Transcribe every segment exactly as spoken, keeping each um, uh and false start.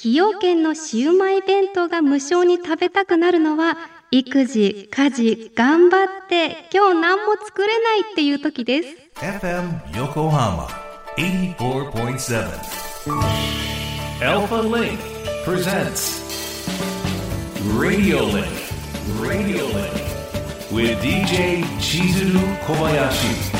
崎陽軒のシウマイ弁当が無償に食べたくなるのは、育児、家事、頑張って今日何も作れないっていう時です。 エフエム Yokohama エイティーフォーポイントセブン Alpha Link presents Radio Link Radio Link with ディージェー Chizuru Kobayashi。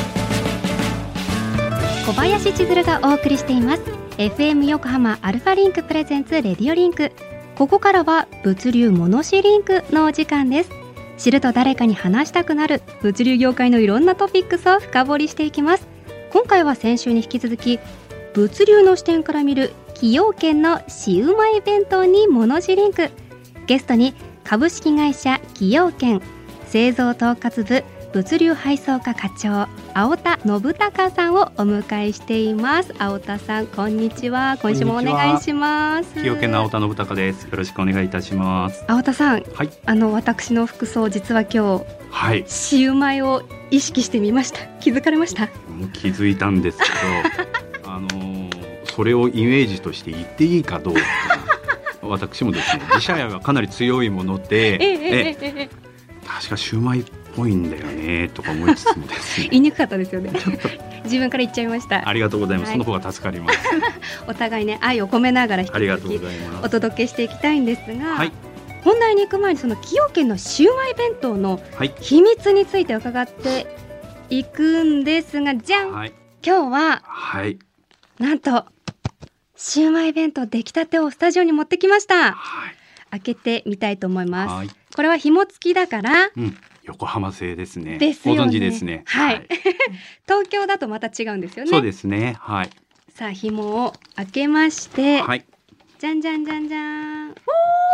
小林千鶴がお送りしています。 エフエム 横浜アルファリンクプレゼンツレディオリンク。ここからは物流モノシリンクのお時間です。知ると誰かに話したくなる物流業界のいろんなトピックスを深掘りしていきます。今回は先週に引き続き、物流の視点から見る崎陽軒のシウマイ弁当にモノシリンク。ゲストに株式会社崎陽軒製造統括部物流配送課課長青田信孝さんをお迎えしています。青田さん、こんにちは。今週もお願いします。 崎陽軒の青田信孝です。よろしくお願いいたします。 青田さん、 はい、 あの私の服装、実は今日、はい、シウマイを意識してみました。気づかれました？ もう気づいたんですけどあのー、それをイメージとして言っていいかどうか私もですね、自社がかなり強いものでええええ確かシウマイっぽいんだよねとか思いつつもですね言いにくかったですよね自分から言っちゃいました。 ありがとうございます、はい、その方が助かりますお互いね、愛を込めながら引き続きお届けしていきたいんですが、はい、本題に行く前にその崎陽軒のシウマイ弁当の秘密について伺っていくんですが、じゃん、はい、今日は、はい、なんとシウマイ弁当出来たてをスタジオに持ってきました、はい、開けてみたいと思います、はい、これは紐付きだから、うん、 横浜製ですね。 ですよね。 ご存知ですね。 はい。はい、東京だとまた違うんですよね。 そうですね。はい。 さあ、紐を開けまして、はい、じゃんじゃんじゃんじゃん。おー、あ、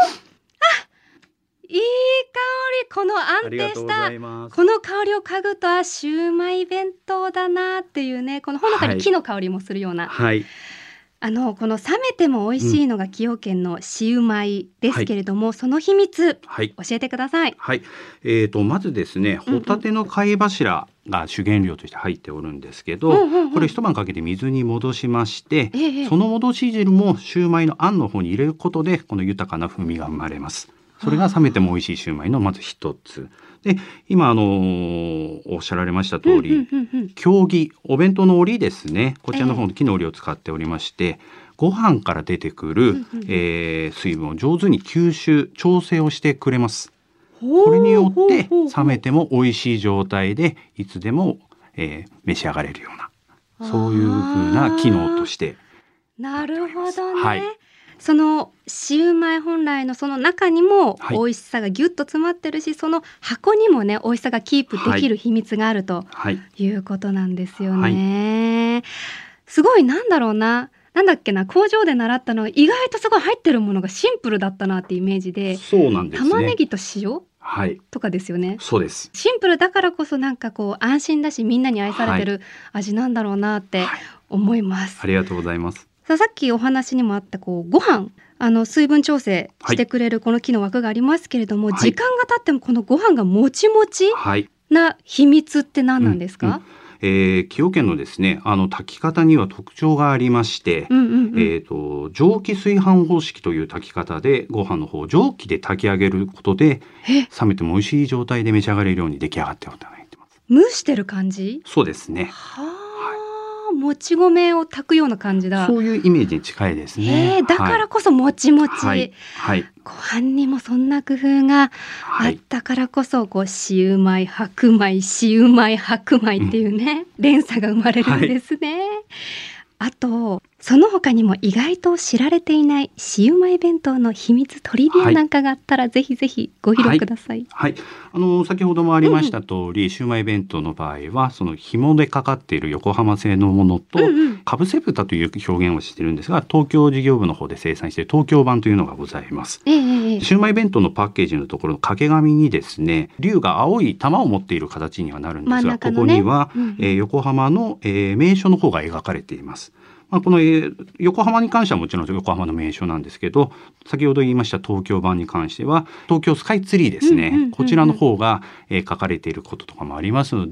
いい香り。この安定したこの香りを嗅ぐと、あ、シウマイ弁当だなっていうね、このほのかに木の香りもするような。はい。あのこの冷めても美味しいのが崎陽軒のシウマイですけれども、はい、その秘密、はい、教えてください。 はい、えーと、まずですね、ホタテの貝柱が主原料として入っておるんですけど、うんうんうん、これ一晩かけて水に戻しまして、ええ、その戻し汁もシウマイのあんの方に入れることでこの豊かな風味が生まれます。それが冷めても美味しいシウマイのまず一つで、今あのー、おっしゃられました通り、経木、お弁当の折りですね、こちらの方の木の折りを使っておりまして、えー、ご飯から出てくる、えー、水分を上手に吸収調整をしてくれます。これによって冷めても美味しい状態でいつでも、えー、召し上がれるような、そういう風な機能としてなるほどね、はい、そのシウマイ本来のその中にも美味しさがギュッと詰まってるし、はい、その箱にもね美味しさがキープできる秘密があるということなんですよね、はい、すごい、なんだろうな、なんだっけな、工場で習ったのは意外とすごい入ってるものがシンプルだったなってイメージで、 そうなんですね、 玉ねぎと塩、はい、とかですよね。 そうです。 シンプルだからこそなんかこう安心だし、みんなに愛されてる味なんだろうなって思います、 はい、ありがとうございます。 さあ、さっきお話にもあったこうご飯、あの水分調整してくれるこの木の枠がありますけれども、はい、時間が経ってもこのご飯がもちもちな秘密って何なんですか？はい、うんうん、 えー、崎陽軒のですね、あの炊き方には特徴がありまして、うんうんうん、えーと、蒸気炊飯方式という炊き方でご飯の方を蒸気で炊き上げることで冷めても美味しい状態で召し上がれるように出来上がっていただいてます。 蒸してる感じ？ そうですね。 はあ、もち米を炊くような感じだ。 そういうイメージに近いですね。 だからこそもちもち、 はいはい、 ご飯にもそんな工夫があったからこそ、こうシウマイ白米シウマイ白米っていうね、うん、連鎖が生まれるんですね、はい、あとその他にも意外と知られていないシウマイ弁当の秘密トリビアなんかがあったら、はい、ぜひぜひご披露ください。 はい、はい、あの先ほどもありました通り、うん、シウマイ弁当の場合はその紐でかかっている横浜製のものと、うんうん、かぶせ豚という表現をしているんですが、東京事業部の方で生産している東京版というのがございます、えー、シウマイ弁当のパッケージのところの掛け紙にですね、龍が青い玉を持っている形にはなるんですが、ね、ここには、うん、えー、横浜の、えー、名所の方が描かれています。まあ、この、えー、横浜に関してはもちろん横浜の名所なんですけど、先ほど言いました東京版に関しては東京スカイツリーですね、うんうんうんうん、こちらの方が、えー、書かれていることとかもありますので、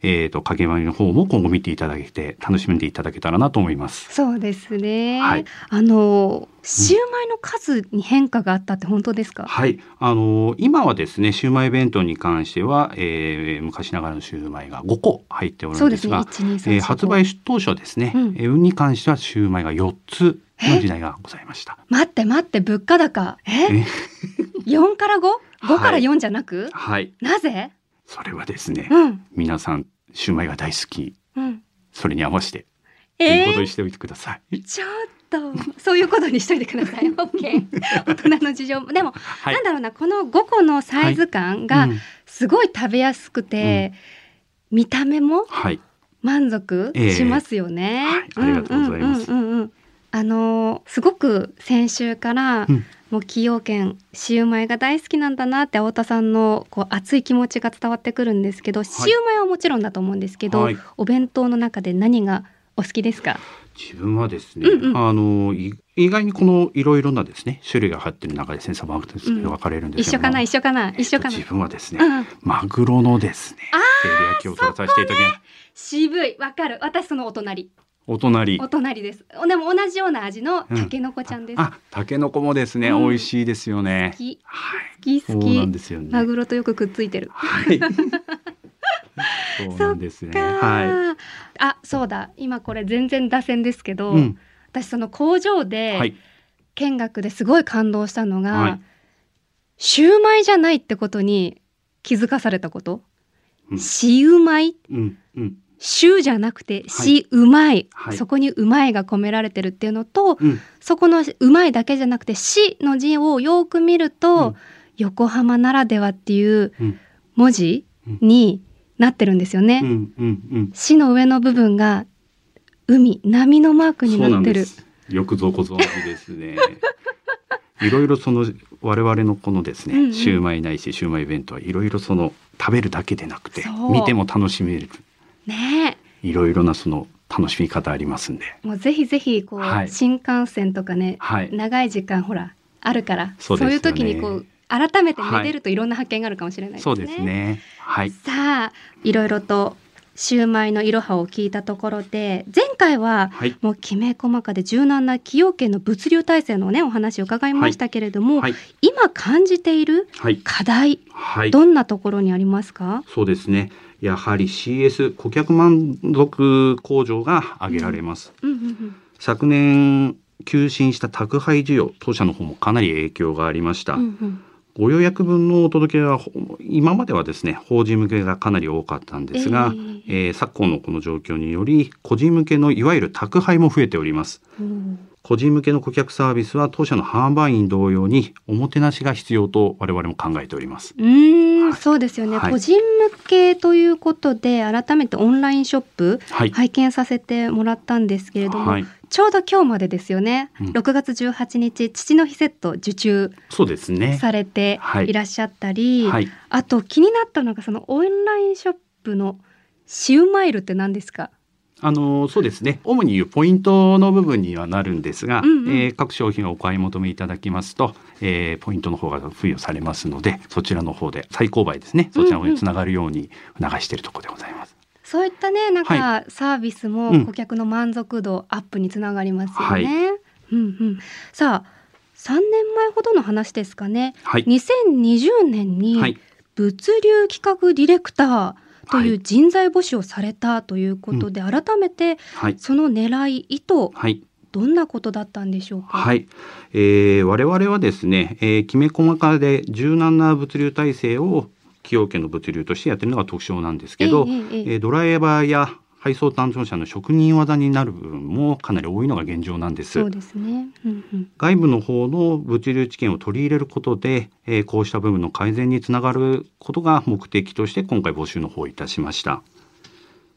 えー、とかけばりの方も今後見ていただけて楽しんでいただけたらなと思います。 そうですね、 はい、 あのシウマイの数に変化があったって本当ですか？ はい、あの今はですねシウマイ弁当に関しては、えー、昔ながらのシウマイがごこ入っておるんですが、 そうですね、いちにさんよんご、 えー、発売当初ですね、うん、えー、に関してはシウマイがよっつの時代がございました。 待って待って、物価高ええよんから ご?ご からよんじゃなく、 はい、 なぜ？ それはですね、 うん、 皆さんシウマイが大好き、うん、それに合わせてとえー、 いうことにしておいてください。 ちょっとそういうことにしといてください。OK 大人の事情でも、はい、なんだろうな、このごこのサイズ感がすごい食べやすくて、うん、見た目も満足しますよね、 えーはい、ありがとうございます。 あのすごく先週から、うん、もう崎陽軒シウマイが大好きなんだなって太田さんのこう熱い気持ちが伝わってくるんですけど、はい、シウマイはもちろんだと思うんですけど、はい、お弁当の中で何がお好きですか？ 自分はですね、うんうん、あの意外にこのいろいろなですね種類が入っている中で千差万別に分かれるんですけど、 うん、一緒かな一緒かな一緒かな、 自分はですね、うん、マグロのですね照り焼きを取らさせていただきます。 渋い、わかる、私そのお隣お隣お隣です。でも同じような味のタケノコちゃんです。 うん、あ、タケノコもですね、うん、美味しいですよね。 好き、 はい、 好き好き。 そうなんですよね。 マグロとよくくっついてる。 はい。そうなんですね。はい。 あ、そうだ。今これ全然脱線ですけど、うん、私その工場で見学ですごい感動したのが、はい、シューマイじゃないってことに気づかされたこと。うん、シウマイ。うんうんシュじゃなくてシウマイ、はい、そこにうまいが込められてるっていうのと、うん、そこのうまいだけじゃなくてシの字をよく見ると、うん、横浜ならではっていう文字になってるんですよね、うんうんうん、シの上の部分が海、波のマークになってる。 よくぞご存知ですね。いろいろその我々のこのですね、うんうん、シウマイないしシウマイ弁当はいろいろその食べるだけでなくて見ても楽しめるね、 いろいろなその楽しみ方ありますんで、 もうぜひぜひこう、はい、新幹線とかね、はい、長い時間ほらあるから、そうですよね、そういう時にこう改めてめでるといろんな発見があるかもしれないですね。 そうですね、はい、 さあいろいろとシウマイのいろはを聞いたところで、前回はもうきめ細かで柔軟な崎陽軒の物流体制のねお話を伺いましたけれども、はいはい、今感じている課題、はい、どんなところにありますか？ そうですね、やはり シーエス 顧客満足向上が挙げられます、うんうんうんうん、昨年急伸した宅配需要、当社の方もかなり影響がありました、うんうん、ご予約分のお届けは今まではですね法人向けがかなり多かったんですが、えーえー、昨今のこの状況により個人向けのいわゆる宅配も増えております、うん、個人向けの顧客サービスは当社の販売員同様におもてなしが必要と我々も考えております。 うーん、はい、そうですよね、はい、個人向けということで改めてオンラインショップ、はい、拝見させてもらったんですけれども、はい、ちょうど今日までですよね、うん、ろくがつじゅうはちにち父の日セット受注されていらっしゃったり、はいはい、あと気になったのがそのオンラインショップのシウマイルって何ですか？ あのそうですね、主に言うポイントの部分にはなるんですが、うんうん、えー、各商品をお買い求めいただきますと、えー、ポイントの方が付与されますので、そちらの方で最高倍ですね、そちらの方につながるように促しているところでございます、うんうん、 そういったねなんか、はい、サービスも顧客の満足度アップにつながりますよね、はい、うんうん、さあさんねんまえほどの話ですかね、はい、にせんにじゅうねんに物流企画ディレクターという人材募集をされたということで、はい、改めてその狙い意図、はい、どんなことだったんでしょうか？ はい、えー、我々はですね、えー、きめ細かで柔軟な物流体制を崎陽軒の物流としてやっているのが特徴なんですけど、えーえーえー、ドライバーや配送担当者の職人技になる部分もかなり多いのが現状なんです。 そうですね、うんうん、 外部の方の物流知見を取り入れることで、えー、こうした部分の改善につながることが目的として今回募集の方をいたしました。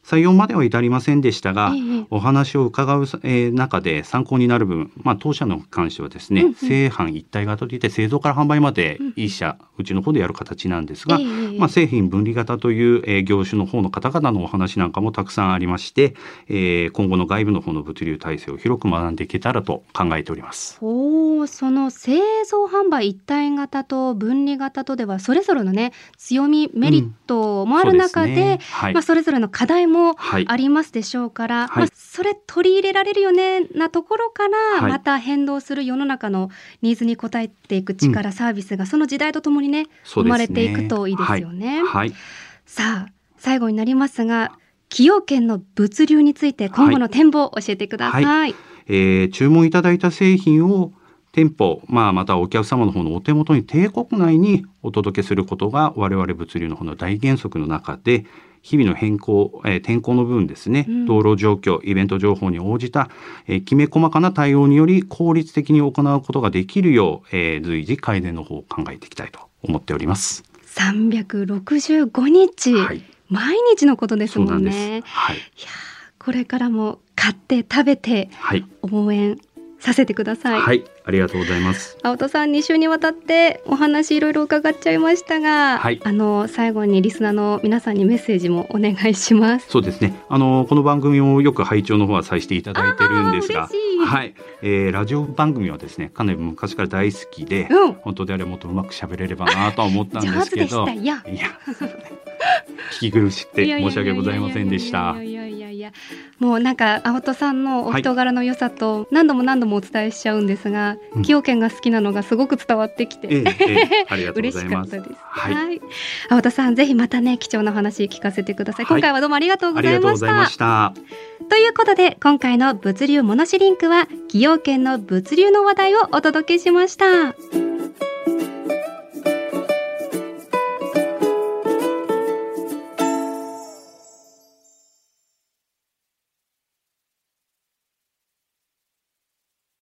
採用までは至りませんでしたが、 ええ、 お話を伺う、えー、中で参考になる部分、まあ、当社の関してはですね、うんうん、製販一体型といって製造から販売まで一社、うん、うちの方でやる形なんですが、ええ、まあ、製品分離型という、えー、業種の方の方々のお話なんかもたくさんありまして、えー、今後の外部の方の物流体制を広く学んでいけたらと考えております。 お、その製造販売一体型と分離型とではそれぞれのね、強みメリットもある中で、うん、ね、はい、まあ、それぞれの課題もありますでしょうから、はい、まあ、それ取り入れられるよねなところから、はい、また変動する世の中のニーズに応えていく力、うん、サービスがその時代とともにね、生まれていくといいですよね。はいはい、さあ最後になりますが、崎陽軒の物流について今後の展望を教えてください。はいはい、 えー、注文いただいた製品を店舗、まあ、またお客様の方のお手元に帝国内にお届けすることが我々物流の方の大原則の中で、日々の変更、えー、天候の部分ですね、うん、道路状況、イベント情報に応じた、えー、きめ細かな対応により効率的に行うことができるよう、えー、随時改善の方を考えていきたいと思っております。 さんびゃくろくじゅうごにち、はい、毎日のことですもんね。はい、いや、これからも買って食べて応援させてください。 はい、ありがとうございます。 青戸さん、に週にわたってお話いろいろ伺っちゃいましたが、はい、あの最後にリスナーの皆さんにメッセージもお願いします。 そうですね、あのこの番組をよく拝聴の方はさせていただいてるんですが、はい、えー、ラジオ番組はですね、かなり昔から大好きで、うん、本当であればもっとうまく喋れればなとは思ったんですけど上手でした。いやいや聞き苦しくて申し訳ございませんでした。 いやいやいや、もうなんか青戸さんのお人柄の良さと何度も何度もお伝えしちゃうんですが、崎陽軒が好きなのがすごく伝わってきて、うん、ええええ、ありがとうございます。嬉しかったです。はいはい、青戸さん、ぜひまたね、貴重な話聞かせてください。今回はどうもありがとうございました。はい、ありがとうございました。ということで、今回の物流モノシリンクは崎陽軒の物流の話題をお届けしました。